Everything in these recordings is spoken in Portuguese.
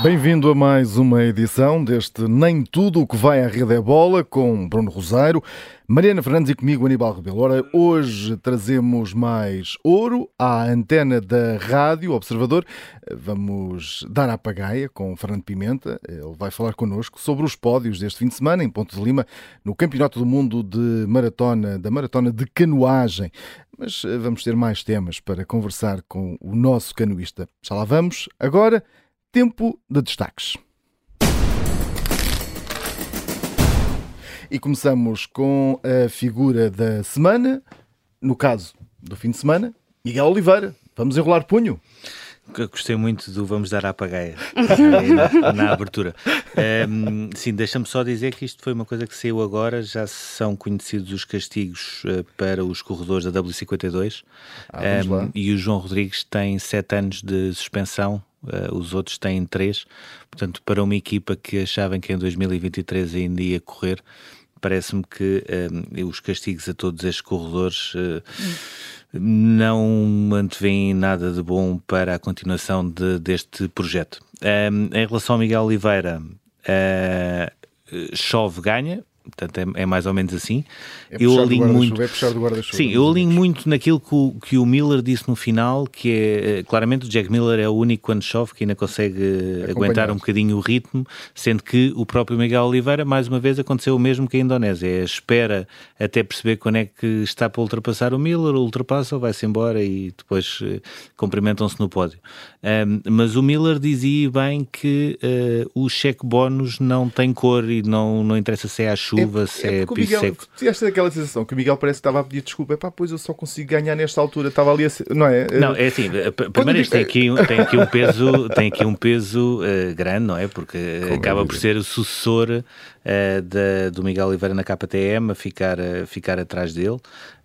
Bem-vindo a mais uma edição deste Nem Tudo o que vai à rede é bola, com Bruno Rosário, Mariana Fernandes e comigo, Aníbal Rebelo. Ora, hoje trazemos mais ouro à antena da Rádio Observador. Vamos dar à pagaia com Fernando Pimenta. Ele vai falar connosco sobre os pódios deste fim de semana em Ponte de Lima, no Campeonato do Mundo de Maratona, da Maratona de Canoagem. Mas vamos ter mais temas para conversar com o nosso canoísta. Já lá vamos. Agora, tempo de destaques. E começamos com a figura da semana, no caso do fim de semana, Miguel Oliveira. Vamos enrolar punho. Eu gostei muito do vamos dar à pagaia na abertura. Sim, deixa-me só dizer que isto foi uma coisa que saiu agora. Já são conhecidos os castigos para os corredores da W52. E o João Rodrigues tem 7 anos de suspensão. Os outros têm 3. Portanto, para uma equipa que achavam que em 2023 ainda ia correr, parece-me que os castigos a todos estes corredores não antevêm nada de bom para a continuação deste projeto. Em relação ao Miguel Oliveira, chove, ganha. Portanto, é mais ou menos assim. Eu alinho muito. Sim, eu alinho muito naquilo que o Miller disse no final, que é claramente o Jack Miller é o único quando chove que ainda consegue aguentar um bocadinho o ritmo, sendo que o próprio Miguel Oliveira, mais uma vez, aconteceu o mesmo que a Indonésia. É a espera até perceber quando é que está para ultrapassar o Miller, ultrapassa, vai-se embora e depois cumprimentam-se no pódio. Mas o Miller dizia bem que o cheque bónus não tem cor e não interessa se é à chuva, se é piso seco. Tiveste aquela sensação que o Miguel parece que estava a pedir desculpa. Pois eu só consigo ganhar nesta altura. Estava ali não é? Não, é assim. Primeiro isto tem aqui um peso grande, não é? Porque acaba por ser o sucessor do Miguel Oliveira na KTM, a ficar atrás dele,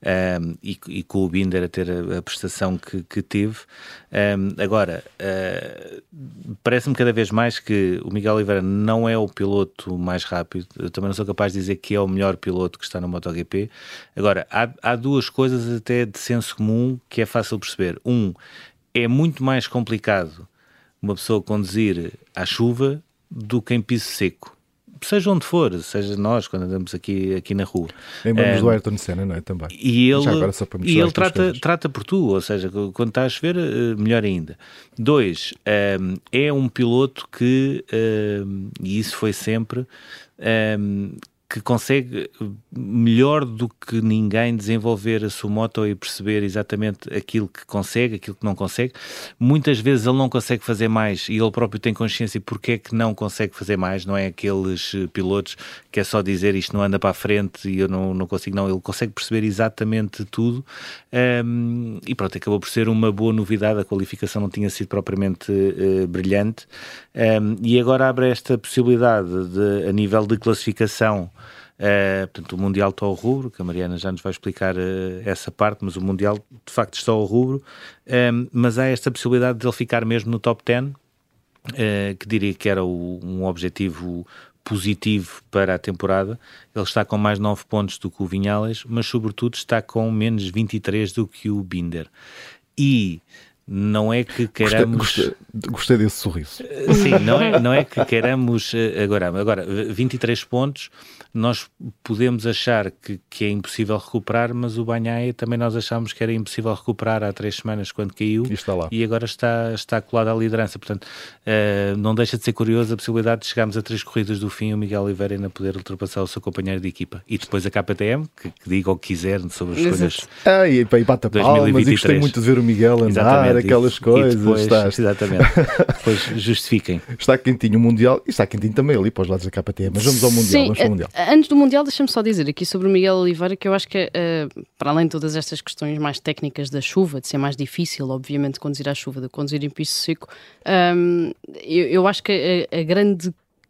e com o Binder a ter a prestação que teve. Agora, parece-me cada vez mais que o Miguel Oliveira não é o piloto mais rápido. Eu também não sou capaz de dizer que é o melhor piloto que está no MotoGP. Agora, há duas coisas até de senso comum que é fácil perceber. É muito mais complicado uma pessoa conduzir à chuva do que em piso seco. Seja onde for, seja nós, quando andamos aqui na rua. Lembramos do Ayrton Senna, não é? Também. E ele trata por tu, ou seja, quando está a chover, melhor ainda. 2, é um piloto que, e isso foi sempre, que consegue melhor do que ninguém desenvolver a sua moto e perceber exatamente aquilo que consegue, aquilo que não consegue. Muitas vezes ele não consegue fazer mais e ele próprio tem consciência porque é que não consegue fazer mais. Não é aqueles pilotos que é só dizer isto não anda para a frente e eu não consigo, não. Ele consegue perceber exatamente tudo, e pronto, acabou por ser uma boa novidade. A qualificação não tinha sido propriamente brilhante, e agora abre esta possibilidade a nível de classificação. Portanto, o Mundial está ao rubro, que a Mariana já nos vai explicar essa parte, mas o Mundial de facto está ao rubro, mas há esta possibilidade de ele ficar mesmo no top 10, que diria que era um objetivo positivo para a temporada. Ele está com mais 9 pontos do que o Viñales, mas sobretudo está com menos 23 do que o Binder. E não é que queiramos... Gostei desse sorriso. Sim, não é que queiramos... Agora, 23 pontos, nós podemos achar que é impossível recuperar, mas o Bagnaia também nós achámos que era impossível recuperar há 3 semanas quando caiu, e está lá. E agora está colado à liderança. Portanto, não deixa de ser curioso a possibilidade de chegarmos a 3 corridas do fim e o Miguel Oliveira ainda poder ultrapassar o seu companheiro de equipa. E depois a KTM, que diga o que quiser sobre as coisas. E bate a palmas, e gostei muito de ver o Miguel andar. Exatamente. Aquelas coisas. E depois, exatamente. Depois justifiquem. Está quentinho o Mundial e está quentinho também ali para os lados da KTM. Mas vamos ao Mundial. Sim, vamos ao Mundial. Antes do Mundial, deixa-me só dizer aqui sobre o Miguel Oliveira que eu acho que, para além de todas estas questões mais técnicas da chuva, de ser mais difícil, obviamente, conduzir à chuva do que conduzir em piso seco, eu acho que a grande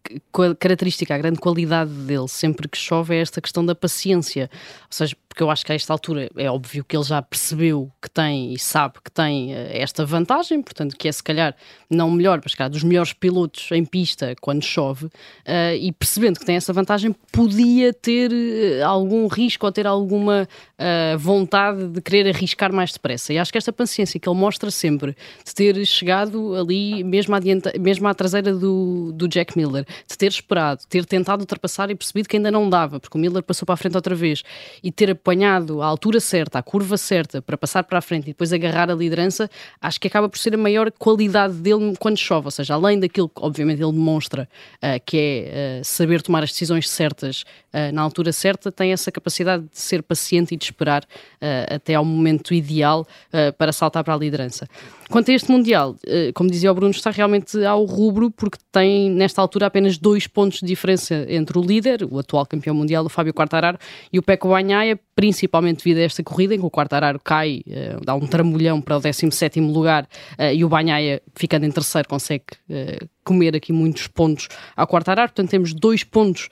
característica, a grande qualidade dele sempre que chove é esta questão da paciência, ou seja, porque eu acho que a esta altura é óbvio que ele já percebeu que tem e sabe que tem esta vantagem, portanto que é se calhar não o melhor, mas se calhar dos melhores pilotos em pista quando chove, e percebendo que tem essa vantagem podia ter algum risco ou ter alguma vontade de querer arriscar mais depressa, e acho que esta paciência que ele mostra sempre, de ter chegado ali mesmo à traseira do Jack Miller, de ter esperado, ter tentado ultrapassar e percebido que ainda não dava, porque o Miller passou para a frente outra vez, e ter apanhado a altura certa, a curva certa para passar para a frente e depois agarrar a liderança, acho que acaba por ser a maior qualidade dele quando chove, ou seja, além daquilo que obviamente ele demonstra que é saber tomar as decisões certas na altura certa, tem essa capacidade de ser paciente e de esperar até ao momento ideal para saltar para a liderança. Quanto a este Mundial, como dizia o Bruno, está realmente ao rubro, porque tem nesta altura apenas 2 pontos de diferença entre o líder, o atual campeão mundial, o Fábio Quartararo, e o Pecco Bagnaia, principalmente devido a esta corrida em que o Quartararo cai, dá um trambolhão para o 17º lugar, e o Bagnaia, ficando em terceiro, consegue comer aqui muitos pontos ao Quartararo. Portanto, temos 2 pontos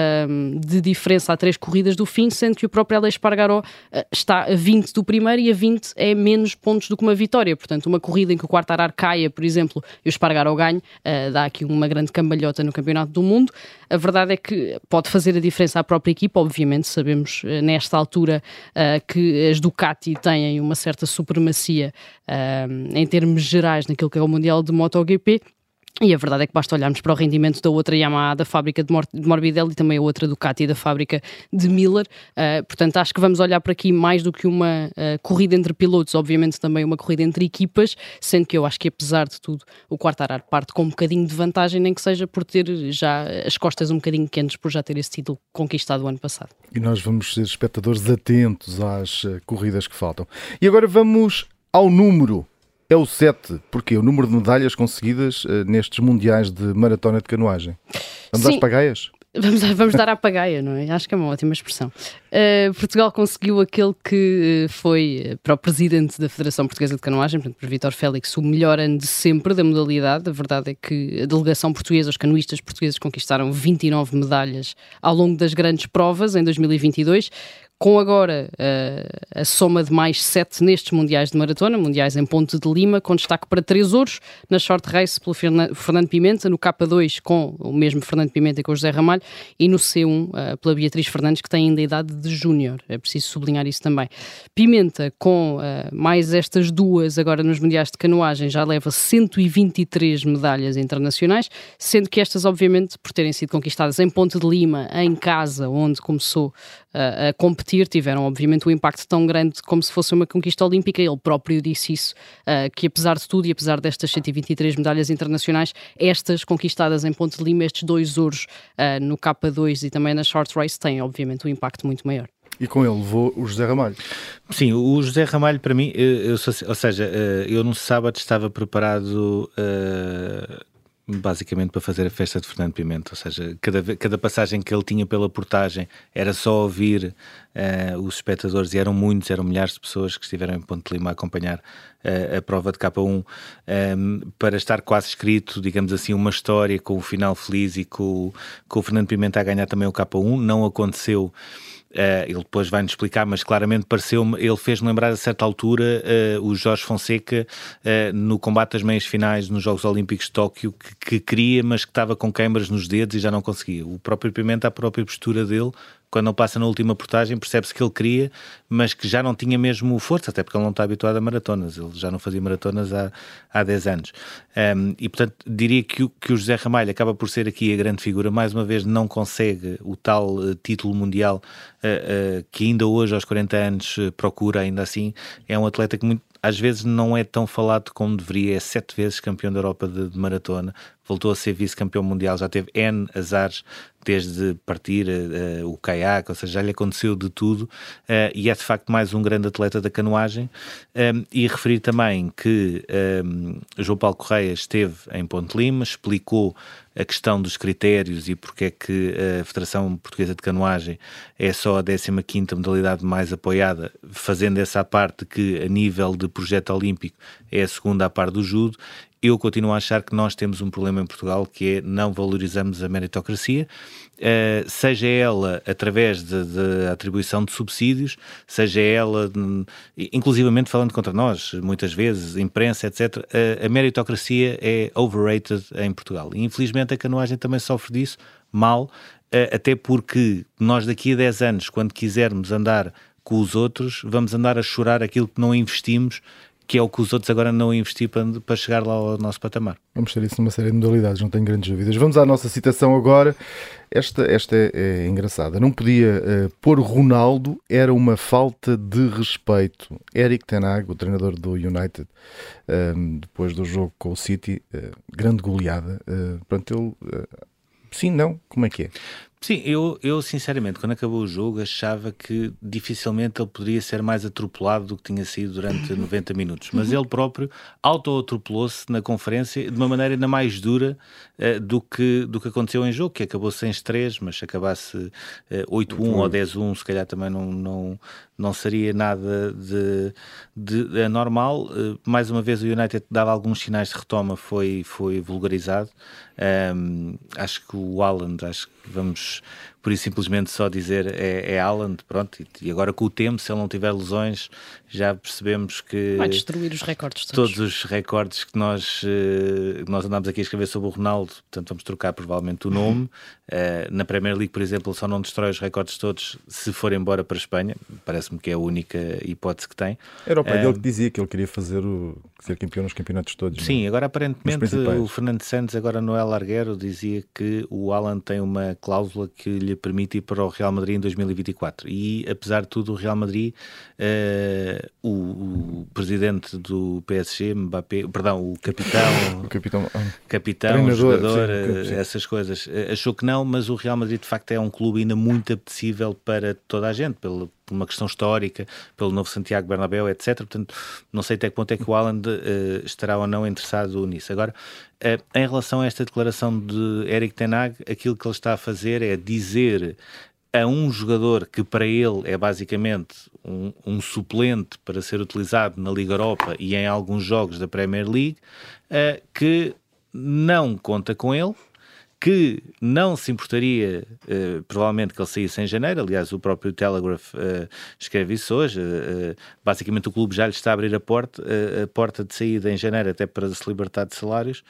de diferença a 3 corridas do fim, sendo que o próprio Aleix Espargaró está a 20 do primeiro, e a 20 é menos pontos do que uma vitória. Portanto, uma corrida em que o Quartararo caia, por exemplo, e o Espargaró ganhe, dá aqui uma grande cambalhota no Campeonato do Mundo. A verdade é que pode fazer a diferença à própria equipa, obviamente, sabemos nesta altura que as Ducati têm uma certa supremacia em termos gerais naquilo que é o Mundial de MotoGP. E a verdade é que basta olharmos para o rendimento da outra Yamaha da fábrica de Morbidelli e também a outra Ducati da fábrica de Miller. Portanto, acho que vamos olhar para aqui mais do que uma corrida entre pilotos, obviamente também uma corrida entre equipas, sendo que eu acho que apesar de tudo o Quartararo parte com um bocadinho de vantagem, nem que seja por ter já as costas um bocadinho quentes por já ter esse título conquistado o ano passado. E nós vamos ser espectadores atentos às corridas que faltam. E agora vamos ao número. É o 7, porque o número de medalhas conseguidas nestes mundiais de maratona de canoagem. Vamos às pagaias? Vamos dar à pagaia, não é? Acho que é uma ótima expressão. Portugal conseguiu aquele que foi para o presidente da Federação Portuguesa de Canoagem, portanto, para Vítor Félix, o melhor ano de sempre da modalidade. A verdade é que a delegação portuguesa, os canoístas portugueses, conquistaram 29 medalhas ao longo das grandes provas em 2022. Com agora a soma de mais 7 nestes mundiais de maratona, mundiais em Ponte de Lima, com destaque para 3 ouros, na short race pelo Fernando Pimenta, no K2 com o mesmo Fernando Pimenta e com o José Ramalho, e no C1 pela Beatriz Fernandes, que tem ainda a idade de júnior, é preciso sublinhar isso também. Pimenta, com mais estas 2 agora nos mundiais de canoagem, já leva 123 medalhas internacionais, sendo que estas, obviamente, por terem sido conquistadas em Ponte de Lima, em casa, onde começou a competir, tiveram obviamente um impacto tão grande como se fosse uma conquista olímpica. Ele próprio disse isso, que apesar de tudo e apesar destas 123 medalhas internacionais, estas conquistadas em Ponte de Lima, estes 2 ouros no K2 e também na short race, têm obviamente um impacto muito maior. E com ele levou o José Ramalho. Sim, o José Ramalho para mim, eu no sábado estava preparado basicamente para fazer a festa de Fernando Pimenta, ou seja, cada passagem que ele tinha pela portagem era só ouvir os espectadores, e eram muitos, eram milhares de pessoas que estiveram em Ponte de Lima a acompanhar a prova de K1, para estar quase escrito, digamos assim, uma história com o final feliz e com o Fernando Pimenta a ganhar também o K1. Não aconteceu. Ele depois vai-nos explicar, mas claramente ele fez-me lembrar a certa altura o Jorge Fonseca no combate das meias finais nos Jogos Olímpicos de Tóquio, que queria, mas que estava com câimbras nos dedos e já não conseguia. O próprio Pimenta, a própria postura dele, quando não passa na última portagem, percebe-se que ele queria, mas que já não tinha mesmo força, até porque ele não está habituado a maratonas, ele já não fazia maratonas há 10 anos. E portanto diria que o José Ramalho acaba por ser aqui a grande figura. Mais uma vez não consegue o tal título mundial que ainda hoje aos 40 anos procura. Ainda assim é um atleta que às vezes não é tão falado como deveria. É 7 vezes campeão da Europa de maratona, voltou a ser vice-campeão mundial, já teve N azares desde partir o caiaque, ou seja, já lhe aconteceu de tudo, e é de facto mais um grande atleta da canoagem. E referir também que João Paulo Correia esteve em Ponte Lima, explicou a questão dos critérios e porque é que a Federação Portuguesa de Canoagem é só a 15ª modalidade mais apoiada, fazendo essa parte que a nível de projeto olímpico é a segunda à par do judo, Eu continuo a achar que nós temos um problema em Portugal, que é não valorizamos a meritocracia, seja ela através da atribuição de subsídios, seja ela, inclusivamente falando contra nós, muitas vezes, imprensa, etc. A meritocracia é overrated em Portugal. E infelizmente a canoagem também sofre disso, mal, até porque nós daqui a 10 anos, quando quisermos andar com os outros, vamos andar a chorar aquilo que não investimos, que é o que os outros agora não investiram para chegar lá ao nosso patamar. Vamos ter isso numa série de modalidades, não tenho grandes dúvidas. Vamos à nossa citação agora. Esta é engraçada. Não podia pôr Ronaldo, era uma falta de respeito. Erik ten Hag, o treinador do United, depois do jogo com o City, grande goleada. Pronto, ele... sim, não? Como é que é? Sim, eu sinceramente, quando acabou o jogo, achava que dificilmente ele poderia ser mais atropelado do que tinha sido durante 90 minutos. Mas ele próprio auto-atropelou-se na conferência de uma maneira ainda mais dura do que aconteceu em jogo, que acabou 6-3, mas se acabasse 8-1 ou 10-1, se calhar também não seria nada de anormal. Mais uma vez o United dava alguns sinais de retoma, foi vulgarizado. Acho que o Haaland, vamos por isso simplesmente só dizer é Haaland, pronto, e agora com o tempo, se ele não tiver lesões, já percebemos que vai destruir os recordes todos os recordes que nós andámos aqui a escrever sobre o Ronaldo, portanto vamos trocar provavelmente o nome. Na Premier League, por exemplo, ele só não destrói os recordes todos se for embora para a Espanha, parece-me que é a única hipótese que tem. Era o pai dele que dizia que ele queria ser campeão nos campeonatos todos. Sim, agora aparentemente o Fernando Santos, agora no El Arguero, dizia que o Haaland tem uma cláusula que lhe permite ir para o Real Madrid em 2024 e apesar de tudo o Real Madrid, o presidente do PSG, Mbappé, perdão, o capitão, o jogador, sim, essas coisas, achou que não, mas o Real Madrid de facto é um clube ainda muito apetecível para toda a gente, por uma questão histórica, pelo novo Santiago Bernabéu, etc. Portanto, não sei até que ponto é que o Haaland estará ou não interessado nisso. Agora, em relação a esta declaração de Erik ten Hag, aquilo que ele está a fazer é dizer a um jogador que para ele é basicamente um suplente para ser utilizado na Liga Europa e em alguns jogos da Premier League, que não conta com ele, que não se importaria, provavelmente, que ele saísse em janeiro. Aliás, o próprio Telegraph escreve isso hoje. Basicamente, o clube já lhe está a abrir a porta de saída em janeiro, até para se libertar de salários.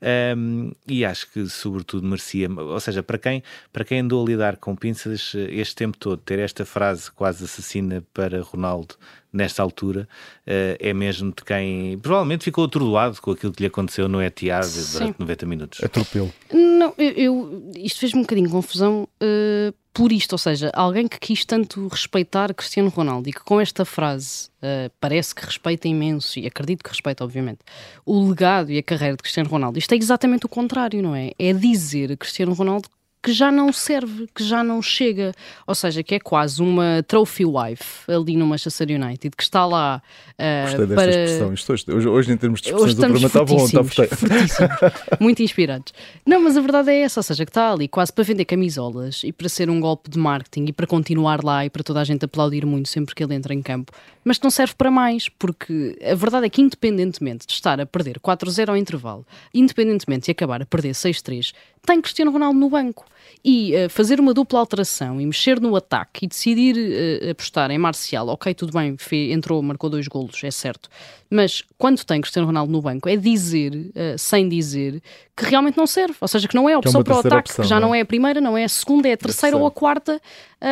E acho que, sobretudo, merecia. Ou seja, para quem andou a lidar com pinças este tempo todo, ter esta frase quase assassina para Ronaldo nesta altura, é mesmo de quem provavelmente ficou atordoado com aquilo que lhe aconteceu no Etihad durante 90 minutos. Atropelo. Não, isto fez-me um bocadinho de confusão por isto, ou seja, alguém que quis tanto respeitar Cristiano Ronaldo e que com esta frase parece que respeita imenso, e acredito que respeita, obviamente, o legado e a carreira de Cristiano Ronaldo. Isto é exatamente o contrário, não é? É dizer a Cristiano Ronaldo que já não serve, que já não chega, ou seja, que é quase uma trophy wife ali no Manchester United, que está lá gostei desta expressão. Isto hoje em termos de expressões do programa está bom, está fortíssimo, muito inspirados. Não, mas a verdade é essa, ou seja, que está ali quase para vender camisolas e para ser um golpe de marketing e para continuar lá e para toda a gente aplaudir muito sempre que ele entra em campo, mas que não serve para mais, porque a verdade é que independentemente de estar a perder 4-0 ao intervalo, independentemente de acabar a perder 6-3, tem Cristiano Ronaldo no banco. E fazer uma dupla alteração e mexer no ataque e decidir apostar em Marcial, ok, tudo bem, entrou, marcou 2 golos, é certo, mas quando tem Cristiano Ronaldo no banco é dizer, sem dizer, que realmente não serve, ou seja, que não é a opção para o ataque, que já não é a primeira, não é a segunda, é a terceira ou a quarta,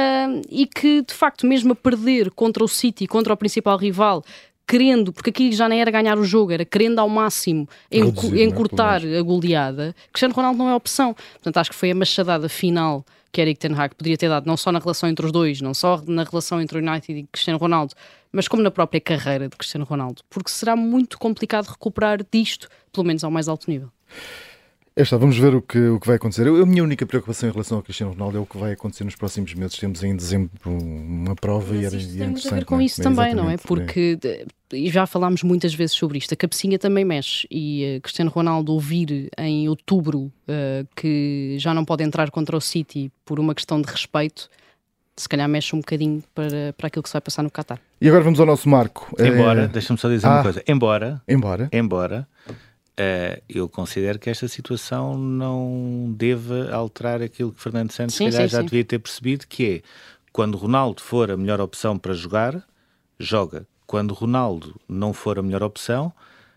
e que de facto mesmo a perder contra o City, contra o principal rival, querendo, porque aqui já nem era ganhar o jogo, era querendo ao máximo encurtar a goleada, Cristiano Ronaldo não é opção. Portanto, acho que foi a machadada final que Erik ten Hag poderia ter dado, não só na relação entre os dois, não só na relação entre o United e Cristiano Ronaldo, mas como na própria carreira de Cristiano Ronaldo, porque será muito complicado recuperar disto, pelo menos ao mais alto nível. Vamos ver o que vai acontecer. A minha única preocupação em relação ao Cristiano Ronaldo é o que vai acontecer nos próximos meses. Temos em dezembro uma prova e era interessante. Tem muito a ver com isso também, não é? Porque e já falámos muitas vezes sobre isto, a cabecinha também mexe e Cristiano Ronaldo ouvir em outubro que já não pode entrar contra o City por uma questão de respeito, se calhar mexe um bocadinho para aquilo que se vai passar no Qatar. E agora vamos ao nosso marco. Deixa-me só dizer uma coisa. Embora eu considero que esta situação não deve alterar aquilo que Fernando Santos já devia ter percebido, que é, quando Ronaldo for a melhor opção para jogar, joga. Quando Ronaldo não for a melhor opção,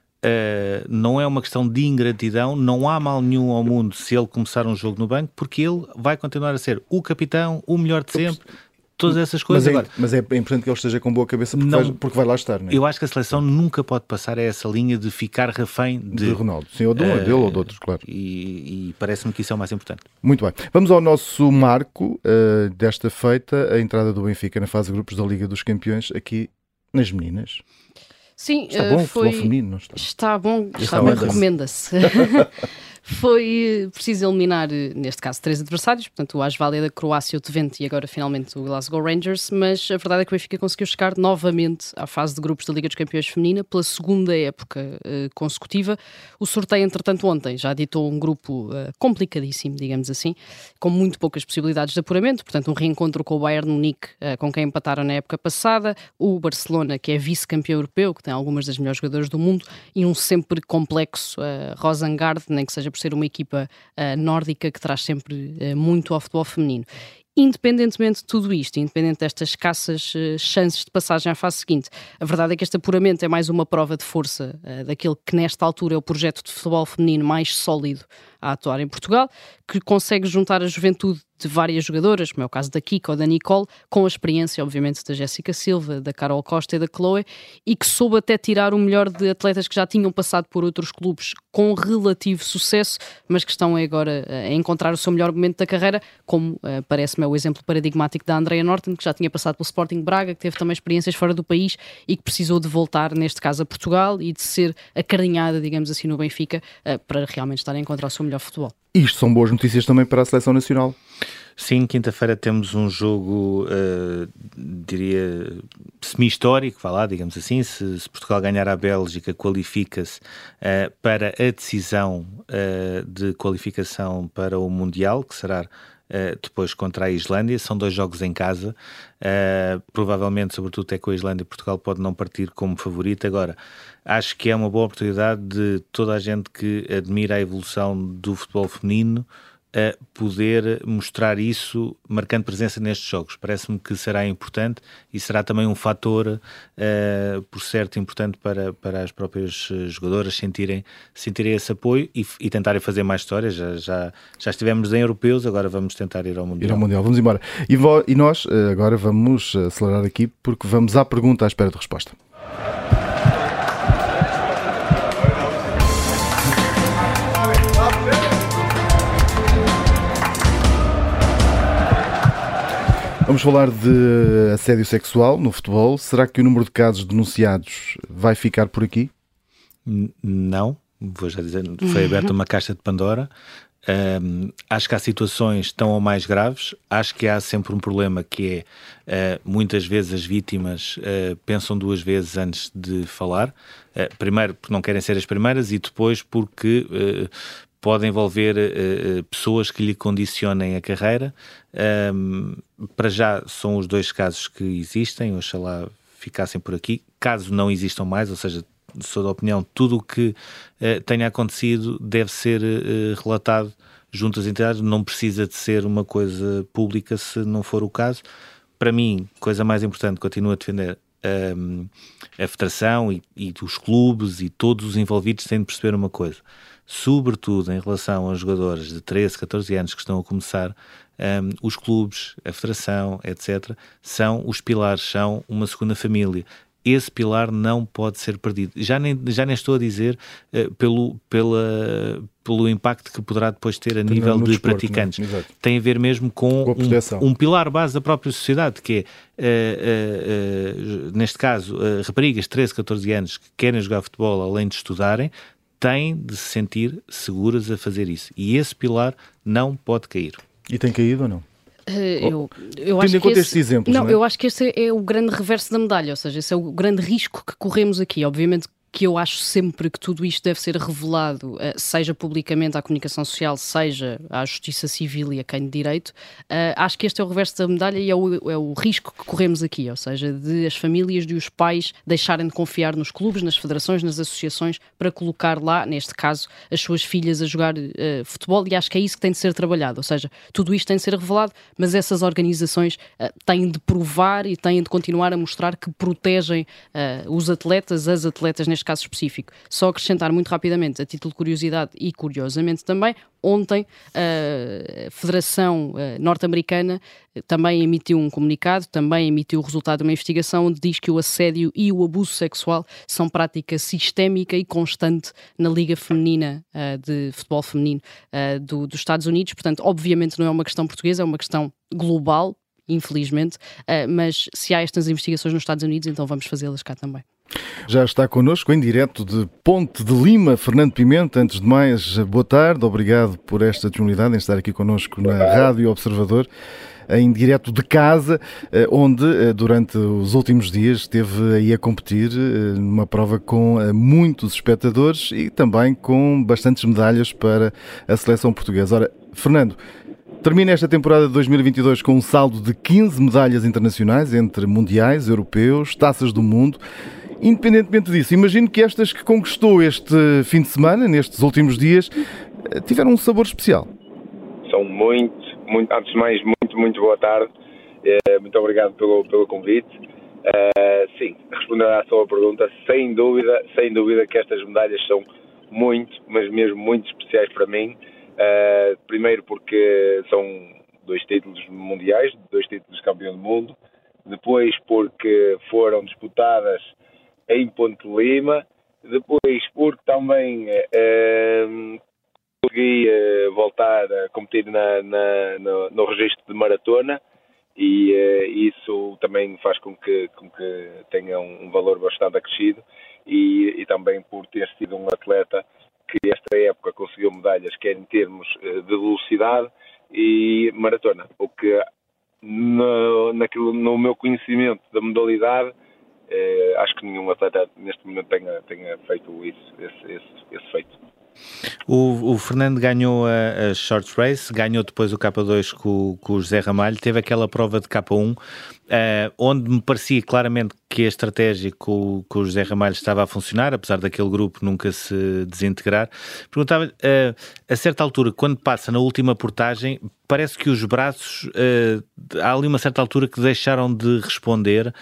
não é uma questão de ingratidão, não há mal nenhum ao mundo se ele começar um jogo no banco, porque ele vai continuar a ser o capitão, o melhor de sempre, todas essas coisas. Mas é importante que ele esteja com boa cabeça porque vai lá estar, não é? Eu acho que a seleção nunca pode passar a essa linha de ficar refém de Ronaldo, sim, ou dele ou de outros, claro. E parece-me que isso é o mais importante. Muito bem. Vamos ao nosso marco desta feita, a entrada do Benfica na fase de grupos da Liga dos Campeões, aqui nas meninas. Sim, está bom o futebol feminino, não está? Está bom, recomenda-se. Foi preciso eliminar, neste caso, 3 adversários, portanto o Asvália da Croácia, o Twente e agora finalmente o Glasgow Rangers, mas a verdade é que o Benfica conseguiu chegar novamente à fase de grupos da Liga dos Campeões Feminina pela segunda época consecutiva. O sorteio, entretanto, ontem já ditou um grupo complicadíssimo, digamos assim, com muito poucas possibilidades de apuramento, portanto um reencontro com o Bayern Munique, com quem empataram na época passada, o Barcelona, que é vice-campeão europeu, que tem algumas das melhores jogadoras do mundo, e um sempre complexo Rosengard, nem que seja por ser uma equipa nórdica que traz sempre muito ao futebol feminino. Independentemente de tudo isto, independente destas escassas chances de passagem à fase seguinte, a verdade é que este apuramento é mais uma prova de força daquele que nesta altura é o projeto de futebol feminino mais sólido a atuar em Portugal, que consegue juntar a juventude de várias jogadoras, como é o caso da Kika ou da Nicole, com a experiência, obviamente, da Jéssica Silva, da Carol Costa e da Chloe, e que soube até tirar o melhor de atletas que já tinham passado por outros clubes com relativo sucesso, mas que estão agora a encontrar o seu melhor momento da carreira, como parece-me é o exemplo paradigmático da Andrea Norton, que já tinha passado pelo Sporting Braga, que teve também experiências fora do país e que precisou de voltar, neste caso, a Portugal e de ser acarinhada, digamos assim, no Benfica, para realmente estar a encontrar o seu melhor futebol. Isto são boas notícias também para a Seleção Nacional. Sim, quinta-feira temos um jogo, diria, semi-histórico, vá lá, digamos assim. Se Portugal ganhar a Bélgica, qualifica-se para a decisão de qualificação para o Mundial, que será depois contra a Islândia. São 2 jogos em casa. Provavelmente, sobretudo até com a Islândia, Portugal pode não partir como favorito. Agora, acho que é uma boa oportunidade de toda a gente que admira a evolução do futebol feminino a poder mostrar isso, marcando presença nestes jogos. Parece-me que será importante e será também um fator, por certo, importante para as próprias jogadoras sentirem esse apoio e tentarem fazer mais histórias. Já estivemos em europeus, agora vamos tentar ir ao Mundial. Vamos embora. E nós agora vamos acelerar aqui porque vamos à pergunta à espera de resposta. Vamos falar de assédio sexual no futebol. Será que o número de casos denunciados vai ficar por aqui? Não, vou já dizer, foi aberta uma caixa de Pandora. Acho que há situações tão ou mais graves. Acho que há sempre um problema que é, muitas vezes as vítimas pensam 2 vezes antes de falar. Primeiro porque não querem ser as primeiras e depois porque pode envolver pessoas que lhe condicionem a carreira. Para já são os 2 casos que existem, oxalá ficassem por aqui. Caso não existam mais, ou seja, sou da opinião, tudo o que tenha acontecido deve ser relatado junto às entidades, não precisa de ser uma coisa pública se não for o caso. Para mim, coisa mais importante, continuo a defender a federação e os clubes e todos os envolvidos têm de perceber uma coisa, sobretudo em relação aos jogadores de 13, 14 anos que estão a começar. Os clubes, a federação, etc., são os pilares, são uma segunda família. Esse pilar não pode ser perdido. Já nem estou a dizer pelo impacto que poderá depois ter a nível de desporto, praticantes. Tem a ver mesmo com um pilar base da própria sociedade, que é, neste caso, raparigas de 13, 14 anos que querem jogar futebol além de estudarem, têm de se sentir seguras a fazer isso. E esse pilar não pode cair. E tem caído ou não? Eu acho que estes exemplos, não é? Eu acho que esse é o grande reverso da medalha, ou seja, esse é o grande risco que corremos aqui. Obviamente que eu acho sempre que tudo isto deve ser revelado, seja publicamente à comunicação social, seja à justiça civil e a quem de direito. Acho que este é o reverso da medalha e é o risco que corremos aqui, ou seja, de as famílias, de os pais deixarem de confiar nos clubes, nas federações, nas associações, para colocar lá, neste caso, as suas filhas a jogar futebol, e acho que é isso que tem de ser trabalhado, ou seja, tudo isto tem de ser revelado, mas essas organizações têm de provar e têm de continuar a mostrar que protegem os atletas, as atletas neste caso específico. Só acrescentar muito rapidamente, a título de curiosidade e curiosamente também, ontem a Federação Norte-Americana também emitiu um comunicado, também emitiu o resultado de uma investigação onde diz que o assédio e o abuso sexual são prática sistémica e constante na Liga Feminina de Futebol Feminino dos Estados Unidos. Portanto, obviamente não é uma questão portuguesa, é uma questão global, infelizmente, mas se há estas investigações nos Estados Unidos, então vamos fazê-las cá também. Já está connosco em direto de Ponte de Lima, Fernando Pimenta. Antes de mais, boa tarde, obrigado por esta disponibilidade em estar aqui connosco na Rádio Observador, em direto de casa, onde durante os últimos dias esteve aí a competir numa prova com muitos espectadores e também com bastantes medalhas para a seleção portuguesa. Ora, Fernando, termina esta temporada de 2022 com um saldo de 15 medalhas internacionais entre mundiais, europeus, taças do mundo. Independentemente disso, imagino que estas que conquistou este fim de semana, nestes últimos dias, tiveram um sabor especial. São muito, antes de mais, muito boa tarde. Muito obrigado pelo convite. Sim, respondendo à sua pergunta, sem dúvida que estas medalhas são muito, mas mesmo muito especiais para mim. Primeiro porque são 2 títulos mundiais, 2 títulos de campeão do mundo. Depois porque foram disputadas em Ponte de Lima. Depois porque também consegui voltar a competir no registro de maratona, e isso também faz com que tenha um valor bastante acrescido, e também por ter sido um atleta que esta época conseguiu medalhas, quer em termos de velocidade e maratona, o que no meu conhecimento da modalidade, acho que nenhum atleta neste momento tenha feito esse feito. O Fernando ganhou a Short Race, ganhou depois o K2 com o José Ramalho, teve aquela prova de K1, onde me parecia claramente que a estratégia com o José Ramalho estava a funcionar, apesar daquele grupo nunca se desintegrar. Perguntava-lhe, a certa altura, quando passa na última portagem, parece que os braços, há ali uma certa altura que deixaram de responder.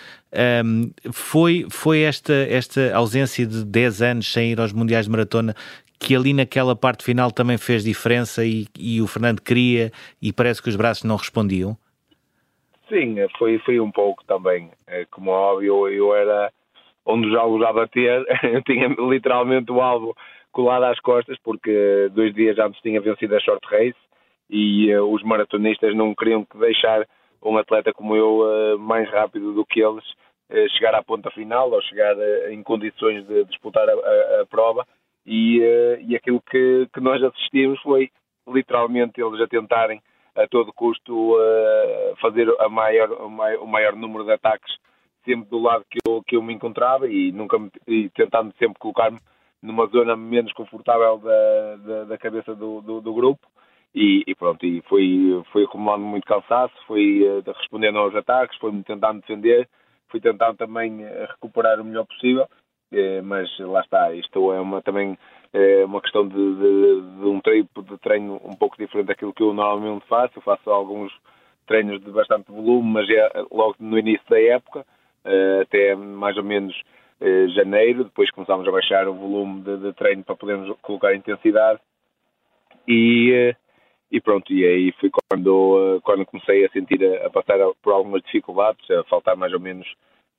Foi esta ausência de 10 anos sem ir aos Mundiais de Maratona que ali naquela parte final também fez diferença e o Fernando queria e parece que os braços não respondiam? Sim, foi um pouco também. Como óbvio, eu era um dos alvos a bater, eu tinha literalmente o alvo colado às costas, porque 2 dias antes tinha vencido a Short Race e os maratonistas não queriam deixar um atleta como eu mais rápido do que eles chegar à ponta final ou chegar em condições de disputar a prova. E aquilo que nós assistimos foi literalmente eles a tentarem a todo custo fazer o maior número de ataques sempre do lado que eu me encontrava, e tentando sempre colocar-me numa zona menos confortável da cabeça do grupo, e pronto, e foi acumulando muito cansaço, foi respondendo aos ataques, foi tentando defender, fui tentando também recuperar o melhor possível. Mas lá está, isto é também uma questão de um tipo de treino um pouco diferente daquilo que eu normalmente faço. Eu faço alguns treinos de bastante volume, mas é logo no início da época, até mais ou menos janeiro. Depois começámos a baixar o volume de treino para podermos colocar intensidade, e pronto, e aí foi quando comecei a sentir a passar por algumas dificuldades, a faltar mais ou menos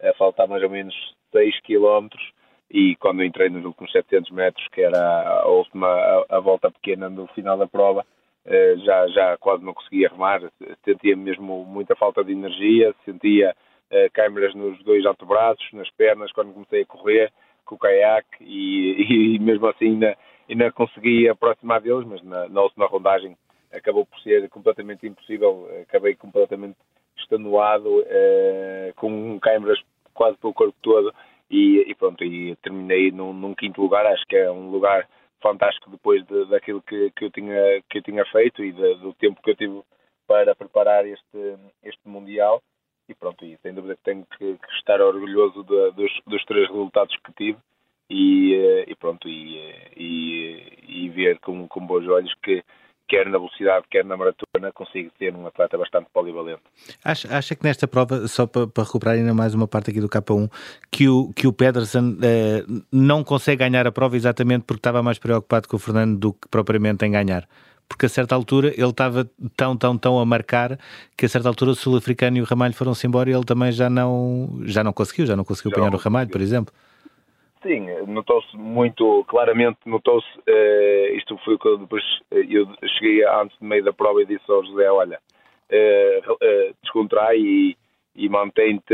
6 km, e quando entrei nos últimos 700 metros, que era a volta pequena no final da prova, já quase não conseguia remar, sentia mesmo muita falta de energia, sentia câimbras nos 2 antebraços, nas pernas, quando comecei a correr com o caiaque, e mesmo assim ainda consegui aproximar deles, mas na última rondagem acabou por ser completamente impossível, acabei completamente extenuado, com câimbras quase pelo corpo todo, e pronto, e terminei num quinto lugar. Acho que é um lugar fantástico depois daquilo que eu tinha feito e do tempo que eu tive para preparar este Mundial. E pronto, e sem dúvida que tenho que estar orgulhoso dos 3 resultados que tive e pronto, e ver com bons olhos que quer na velocidade, quer na maratona, consigo ser um atleta bastante polivalente. Acha que nesta prova, só para recuperar ainda mais uma parte aqui do K1, que o Pedersen não consegue ganhar a prova exatamente porque estava mais preocupado com o Fernando do que propriamente em ganhar? Porque a certa altura ele estava tão a marcar que a certa altura o sul-africano e o Ramalho foram-se embora e ele também já não conseguiu apanhar o Ramalho, por exemplo. Sim, notou-se muito claramente, isto foi o que eu cheguei antes de meio da prova e disse ao José, olha, descontrai e mantém-te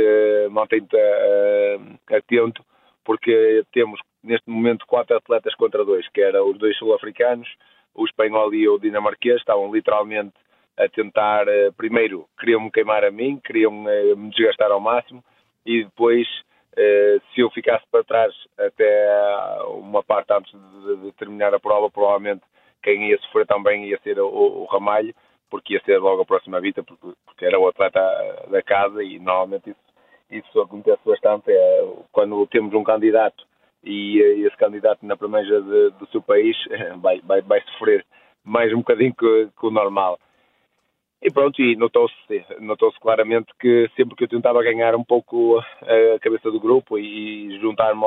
atento, porque temos neste momento 4 atletas contra 2, que eram os 2 sul-africanos, o espanhol e o dinamarquês, estavam literalmente a tentar, primeiro queriam-me queimar a mim, queriam me desgastar ao máximo, e depois se eu ficasse para trás até uma parte antes de terminar a prova, provavelmente quem ia sofrer também ia ser o Ramalho, porque ia ser logo a próxima vida, porque era o atleta da casa, e normalmente isso acontece bastante, quando temos um candidato e esse candidato na primeira do seu país vai sofrer mais um bocadinho que o normal. E pronto, e notou-se claramente que sempre que eu tentava ganhar um pouco a cabeça do grupo e juntar-me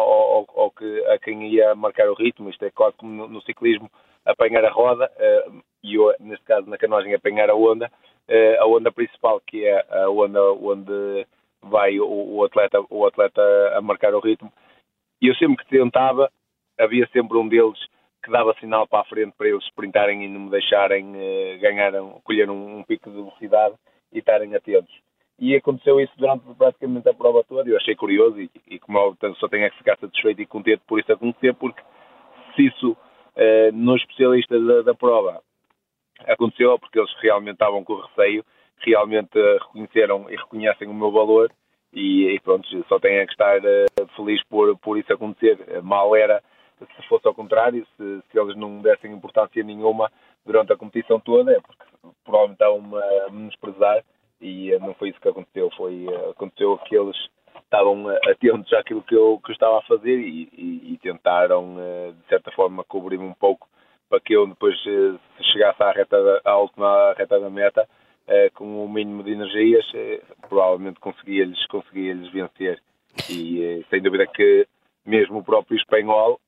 a quem ia marcar o ritmo, isto é quase como no ciclismo, apanhar a roda, e eu, neste caso na canoagem, apanhar a onda principal, que é a onda onde vai o atleta a marcar o ritmo. E eu sempre que tentava, havia sempre um deles que dava sinal para a frente para eles sprintarem e não me deixarem colher um pico de velocidade e estarem atentos. E aconteceu isso durante praticamente a prova toda. Eu achei curioso e como eu só tenho que ficar satisfeito e contente por isso acontecer, porque se isso nos especialistas da prova aconteceu, porque eles realmente estavam com receio, realmente reconheceram e reconhecem o meu valor e pronto, só tenho que estar feliz por isso acontecer. Mal era se fosse ao contrário, se eles não dessem importância nenhuma durante a competição toda, porque provavelmente estavam a menosprezar, e não foi isso que aconteceu. Aconteceu que eles estavam atentos àquilo que eu estava a fazer e tentaram, de certa forma, cobrir-me um pouco para que eu depois, se chegasse à última reta da meta, com o mínimo de energias, provavelmente conseguia-lhes vencer. E sem dúvida que mesmo o próprio espanhol,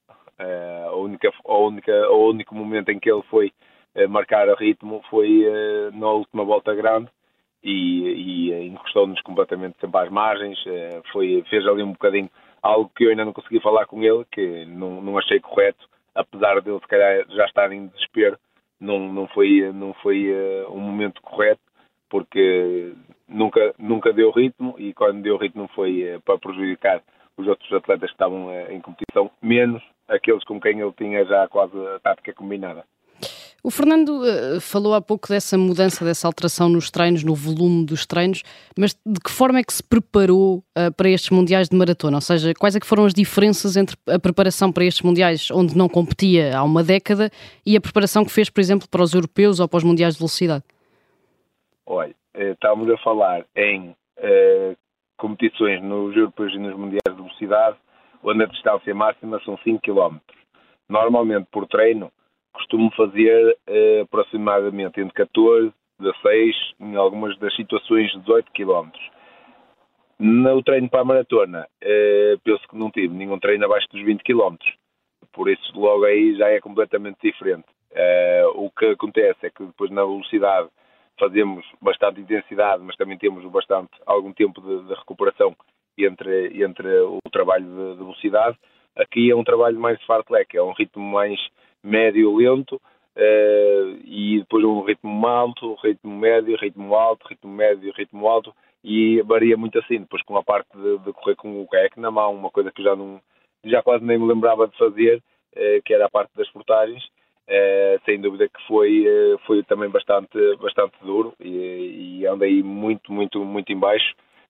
o único momento em que ele foi marcar o ritmo foi na última volta grande e encostou-nos completamente sempre às margens, fez ali um bocadinho algo que eu ainda não consegui falar com ele, que não achei correto, apesar de ele se calhar já estar em desespero. Não foi um momento correto, porque nunca deu ritmo, e quando deu ritmo foi para prejudicar os outros atletas que estavam em competição, menos aqueles com quem ele tinha já quase a tática combinada. O Fernando falou há pouco dessa mudança, dessa alteração nos treinos, no volume dos treinos, mas de que forma é que se preparou para estes mundiais de maratona? Ou seja, quais é que foram as diferenças entre a preparação para estes mundiais onde não competia há uma década e a preparação que fez, por exemplo, para os europeus ou para os mundiais de velocidade? Olha, estamos a falar em competições nos europeus e nos mundiais de velocidade, onde a distância máxima são 5 km. Normalmente, por treino, costumo fazer aproximadamente entre 14, 16, em algumas das situações 18 km. No treino para a maratona, penso que não tive nenhum treino abaixo dos 20 km. Por isso, logo aí já é completamente diferente. O que acontece é que depois na velocidade fazemos bastante intensidade, mas também temos algum tempo de recuperação entre o trabalho de velocidade. Aqui é um trabalho mais de fartlek, é um ritmo mais médio-lento, e depois um ritmo alto, ritmo médio, ritmo alto, ritmo médio, ritmo alto, e varia muito assim. Depois com a parte de correr com o kayak na mão, uma coisa que já quase nem me lembrava de fazer, que era a parte das portagens. Sem dúvida que foi também bastante duro, e andei muito em baixo,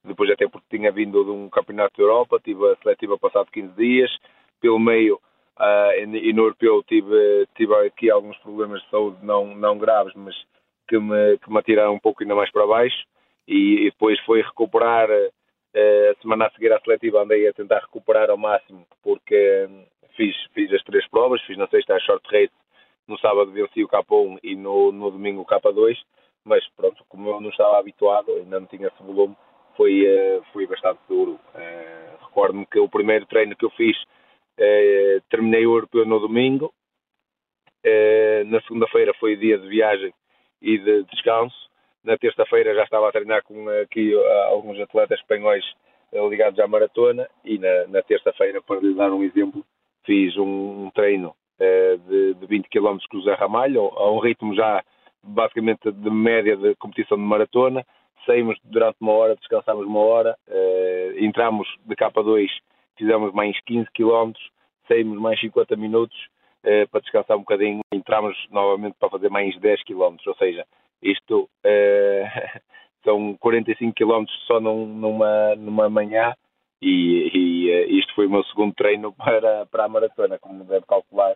depois até porque tinha vindo de um campeonato da Europa, tive a seletiva passado 15 dias, pelo meio e no europeu tive aqui alguns problemas de saúde não graves, mas que me atiraram um pouco ainda mais para baixo, e depois foi recuperar. A semana a seguir à seletiva andei a tentar recuperar ao máximo, porque fiz as 3 provas, fiz na sexta a short race, no sábado venci o K1 e no domingo o K2, mas pronto, como eu não estava habituado, ainda não tinha esse volume, foi bastante duro. Recordo-me que o primeiro treino que eu fiz, terminei o europeu no domingo, na segunda-feira foi dia de viagem e de descanso. Na terça-feira já estava a treinar com aqui alguns atletas espanhóis ligados à maratona, e na terça-feira, para lhe dar um exemplo, fiz um treino de 20 km com o Zé Ramalho, a um ritmo já basicamente de média de competição de maratona. Saímos durante 1 hora, descansámos 1 hora, entramos de K2, fizemos mais 15 km, saímos mais 50 minutos para descansar um bocadinho, entramos novamente para fazer mais 10 km, ou seja, isto são 45 km só numa manhã, e isto foi o meu segundo treino para a maratona, como deve calcular.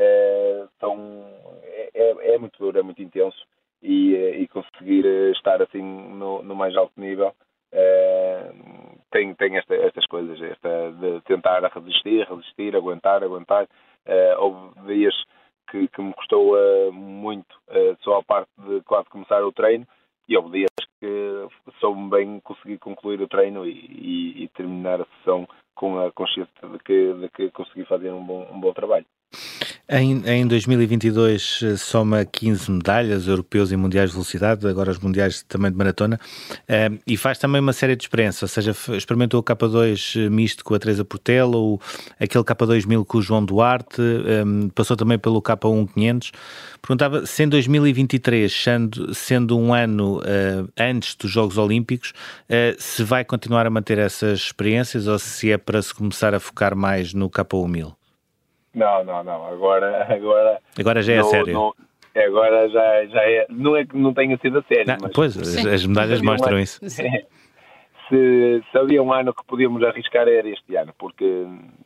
É muito duro, é muito intenso, e conseguir estar assim no mais alto nível tem estas coisas, esta de tentar resistir, aguentar. Houve dias que me custou muito, só a parte de quase começar o treino, e houve dias que soube bem conseguir concluir o treino e terminar a sessão com a consciência de que consegui fazer um bom trabalho. Em 2022 soma 15 medalhas europeus e mundiais de velocidade, agora os mundiais também de maratona, e faz também uma série de experiências, ou seja, experimentou o K2 misto com a Teresa Portela, ou aquele K2 1000 com o João Duarte, passou também pelo K1 500. Perguntava se em 2023, sendo um ano antes dos Jogos Olímpicos, se vai continuar a manter essas experiências, ou se é para se começar a focar mais no K1 1000. Não. Agora já é sério. Agora já é. Não é que não tenha sido a sério. Mas pois, as medalhas mostram isso. Se havia um ano que podíamos arriscar, era este ano, porque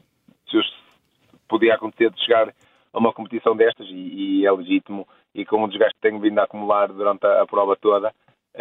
podia acontecer de chegar a uma competição destas, e é legítimo, e com o desgaste que tenho vindo a acumular durante a prova toda,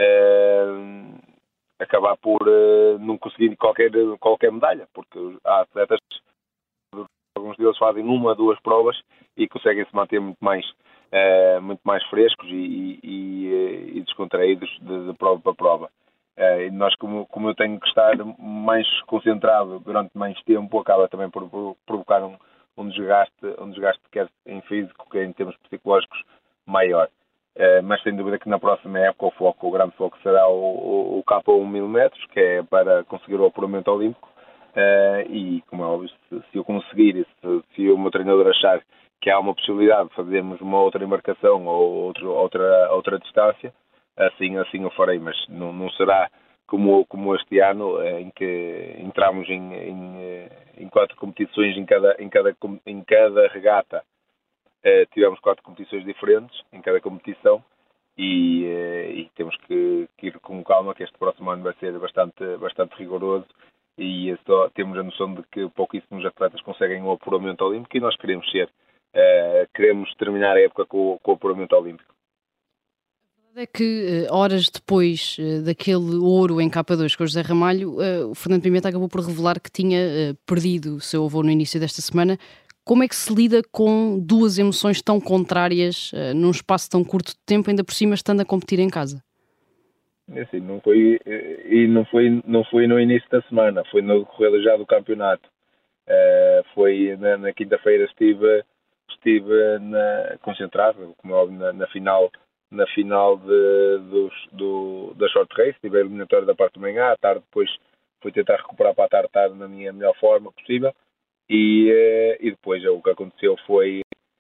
acabar por não conseguir qualquer medalha, porque há atletas, alguns deles fazem 1 ou 2 provas e conseguem se manter muito mais frescos e descontraídos de prova para prova. E nós, como eu tenho que estar mais concentrado durante mais tempo, acaba também por provocar um desgaste quer em físico, quer em termos psicológicos maior. Mas sem dúvida que na próxima época o grande foco será o K1 1000 metros, que é para conseguir o apuramento olímpico. E, como é óbvio, se eu conseguir, se o meu treinador achar que há uma possibilidade de fazermos uma outra embarcação ou outra distância, assim o farei, mas não será como este ano, em que entramos em 4 competições em cada regata. Tivemos 4 competições diferentes em cada competição, e temos que ir com calma, que este próximo ano vai ser bastante rigoroso, e só temos a noção de que pouquíssimos atletas conseguem o apuramento olímpico, e nós queremos terminar a época com o apuramento olímpico. É que horas depois daquele ouro em K2 com o José Ramalho, o Fernando Pimenta acabou por revelar que tinha perdido o seu avô no início desta semana. Como é que se lida com 2 emoções tão contrárias num espaço tão curto de tempo, ainda por cima estando a competir em casa? Assim, não foi no início da semana, foi no decorrer já do campeonato. Foi na quinta-feira, estive concentrado, como é óbvio, na final da short race. Tive a eliminatória da parte da manhã, à tarde depois fui tentar recuperar para a tarde estar na minha melhor forma possível, e depois o que aconteceu foi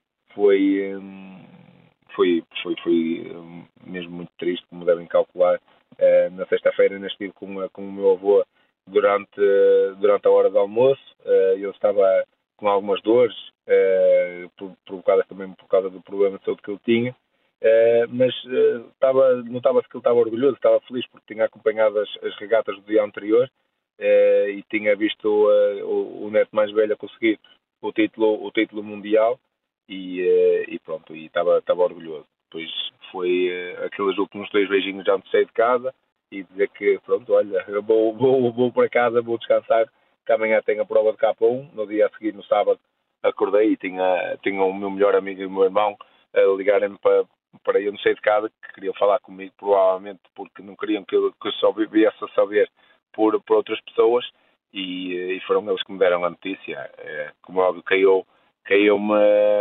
mesmo muito triste, como devem calcular. Na sexta-feira ainda estive com o meu avô durante a hora do almoço. Ele estava com algumas dores, provocadas também por causa do problema de saúde que ele tinha, mas notava-se que ele estava orgulhoso, estava feliz porque tinha acompanhado as regatas do dia anterior e tinha visto o neto mais velho a conseguir o título mundial e pronto, e estava orgulhoso. Depois foi aqueles últimos 2 beijinhos antes de sair de casa e dizer que pronto, olha, eu vou para casa, vou descansar, que amanhã tenho a prova de K1, no dia a seguir, no sábado, acordei e tinha o meu melhor amigo e o meu irmão a ligarem-me para eu não sair de casa, que queriam falar comigo, provavelmente porque não queriam que eu só viesse a saber por outras pessoas e foram eles que me deram a notícia. Como é óbvio, caiu-me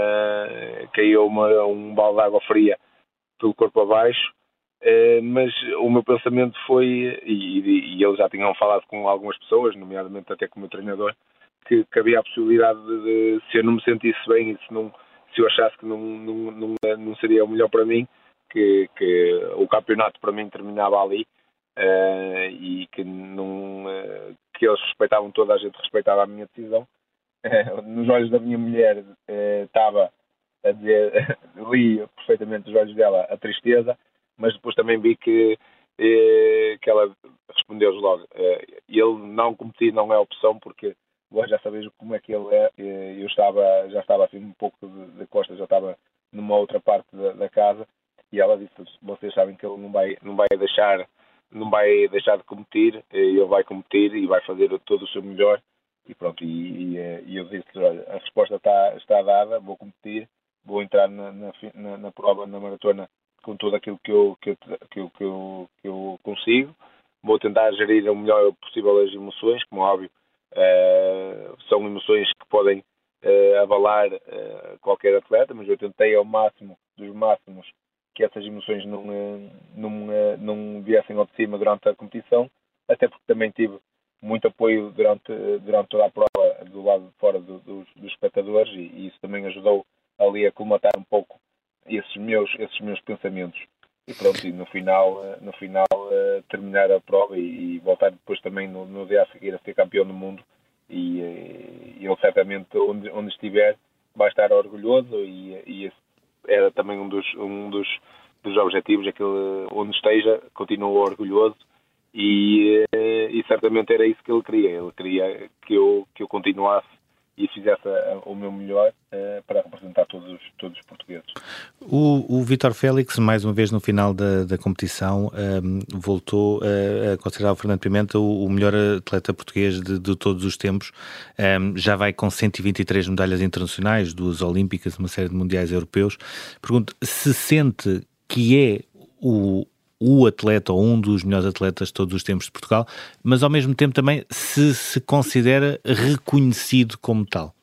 um balde de água fria pelo corpo abaixo, mas o meu pensamento foi, e eles já tinham falado com algumas pessoas, nomeadamente até com o meu treinador, que havia a possibilidade de, se eu não me sentisse bem e se eu achasse que não seria o melhor para mim, que o campeonato para mim terminava ali, e que eles respeitavam, toda a gente respeitava a minha decisão. Nos olhos da minha mulher estava a dizer, li perfeitamente nos olhos dela a tristeza, mas depois também vi que ela respondeu logo, ele não competir não é opção, porque vós já sabeis como é que ele é. Eu já estava assim um pouco de costas, já estava numa outra parte da casa, e ela disse, vocês sabem que ele não vai deixar de competir, ele vai competir e vai fazer todo o seu melhor. E pronto, e eu disse, olha, a resposta está dada, vou competir, vou entrar na prova, na maratona, com tudo aquilo que eu consigo, vou tentar gerir o melhor possível as emoções, como é óbvio, são emoções que podem abalar qualquer atleta, mas eu tentei ao máximo dos máximos que essas emoções não viessem ao de cima durante a competição, até porque também tive muito apoio durante toda a prova do lado de fora dos espectadores, e isso também ajudou ali a colmatar um pouco esses meus pensamentos. E pronto, e no final terminar a prova e voltar depois também no dia a seguir a ser campeão do mundo, e ele certamente onde estiver vai estar orgulhoso, e esse era também um dos objetivos, aquele, onde esteja continua orgulhoso, e certamente era isso que ele queria que eu continuasse e fizesse o meu melhor para representar todos os portugueses. O Vítor Félix, mais uma vez no final da competição, voltou a considerar o Fernando Pimenta o melhor atleta português de todos os tempos. Já vai com 123 medalhas internacionais, 2 olímpicas, uma série de mundiais europeus. Pergunto, se sente que é o atleta ou um dos melhores atletas de todos os tempos de Portugal, mas ao mesmo tempo também se considera reconhecido como tal?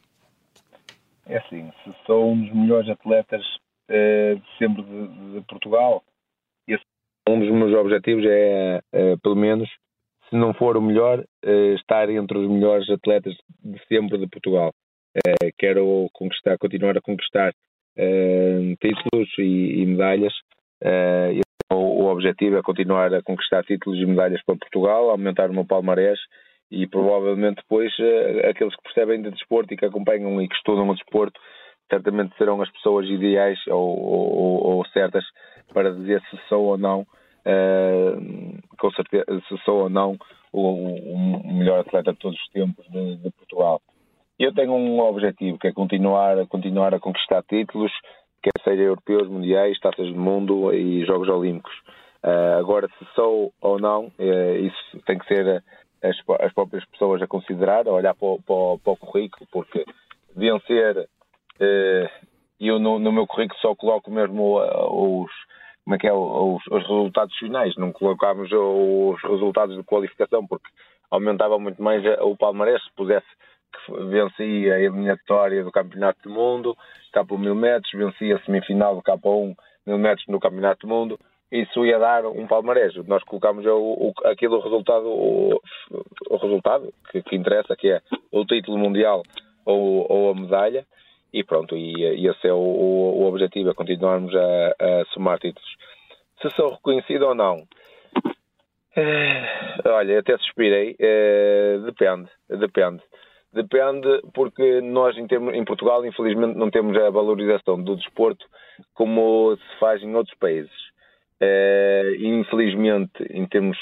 É assim, se sou um dos melhores atletas sempre de Portugal, um dos meus objetivos é, pelo menos, se não for o melhor, estar entre os melhores atletas de sempre de Portugal. Quero continuar a conquistar títulos e medalhas. O objetivo é continuar a conquistar títulos e medalhas para Portugal, aumentar o meu palmarés, e provavelmente depois aqueles que percebem de desporto e que acompanham e que estudam o desporto certamente serão as pessoas ideais ou certas para dizer se sou ou não, com certeza, se sou ou não o melhor atleta de todos os tempos de Portugal. Eu tenho um objetivo, que é continuar a conquistar títulos, quer seja europeus, mundiais, taças do mundo e Jogos Olímpicos. Agora, se sou ou não, isso tem que ser as próprias pessoas a considerar, a olhar para o currículo, porque vencer, eu no meu currículo só coloco mesmo os resultados finais, não colocámos os resultados de qualificação, porque aumentava muito mais o palmarés se pudesse que venci a eliminatória do Campeonato do Mundo, K1 1000 metros, venci a semifinal do K1 1000 metros no Campeonato do Mundo. Isso ia dar um palmarés. Nós colocamos o resultado que interessa, que é o título mundial ou a medalha, e pronto, e esse é o objetivo, é continuarmos a somar títulos. Se sou reconhecido ou não, olha, até suspirei, depende. Depende, porque nós em Portugal, infelizmente, não temos a valorização do desporto como se faz em outros países. Infelizmente, em termos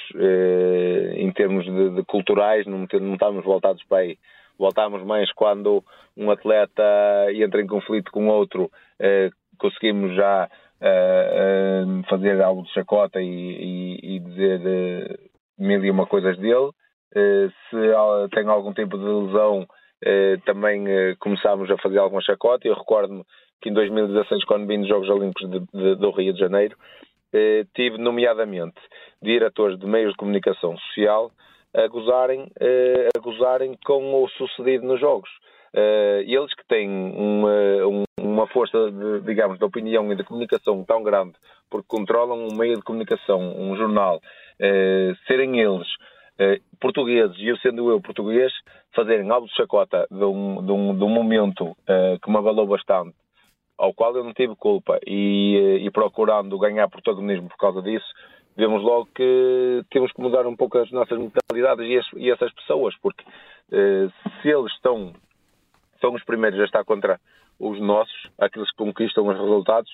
de culturais, não estamos voltados para aí. Voltamos mais quando um atleta entra em conflito com outro, conseguimos já fazer algo de chacota e dizer mil e uma coisas dele. Se tem algum tipo de lesão, também começámos a fazer alguma chacota. Eu recordo-me que em 2016, quando vim dos Jogos Olímpicos do Rio de Janeiro, tive nomeadamente diretores de meios de comunicação social a gozarem com o sucedido nos Jogos. Eles que têm uma força de opinião e de comunicação tão grande, porque controlam um meio de comunicação, um jornal, serem eles portugueses e eu sendo eu português, fazerem algo de chacota de um momento que me abalou bastante, ao qual eu não tive culpa, e procurando ganhar protagonismo por causa disso, vemos logo que temos que mudar um pouco as nossas mentalidades e essas pessoas, porque se eles são os primeiros a estar contra os nossos, aqueles que conquistam os resultados,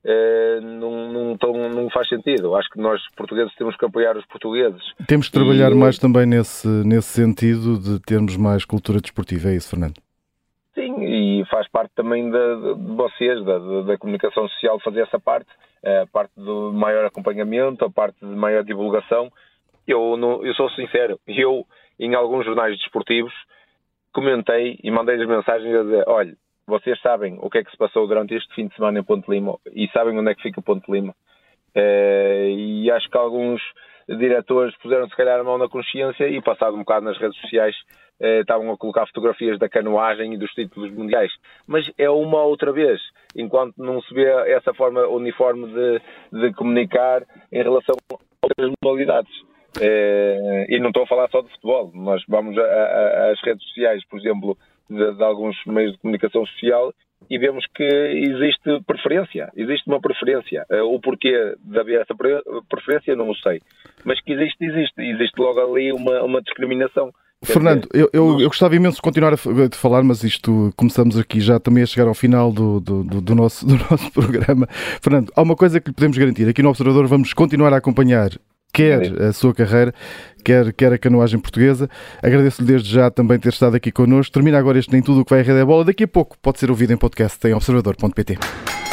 não faz sentido. Acho que nós, portugueses, temos que apoiar os portugueses. Temos que trabalhar mais também nesse sentido de termos mais cultura desportiva, é isso, Fernando? Sim, e faz parte também de vocês, da comunicação social, fazer essa parte, a parte do maior acompanhamento, a parte de maior divulgação. Eu sou sincero, eu, em alguns jornais desportivos, comentei e mandei-lhes mensagens a dizer: olha, vocês sabem o que é que se passou durante este fim de semana em Ponte Lima e sabem onde é que fica Ponte Lima. E acho que alguns diretores puseram se calhar a mão na consciência e, passado um bocado nas redes sociais, estavam a colocar fotografias da canoagem e dos títulos mundiais. Mas é uma outra vez, enquanto não se vê essa forma uniforme de comunicar em relação a outras modalidades. E não estou a falar só de futebol. Nós vamos às redes sociais, por exemplo, de alguns meios de comunicação social, e vemos que existe uma preferência. O porquê de haver essa preferência não o sei, mas que existe logo ali uma discriminação. Fernando, eu gostava imenso de continuar a falar, mas isto começamos aqui já também a chegar ao final do nosso programa. Fernando, há uma coisa que lhe podemos garantir: aqui no Observador vamos continuar a acompanhar quer a sua carreira, quer a canoagem portuguesa. Agradeço-lhe desde já também ter estado aqui connosco. Termina agora este Nem Tudo o que vai à Rede é Bola. Daqui a pouco pode ser ouvido em podcast em observador.pt.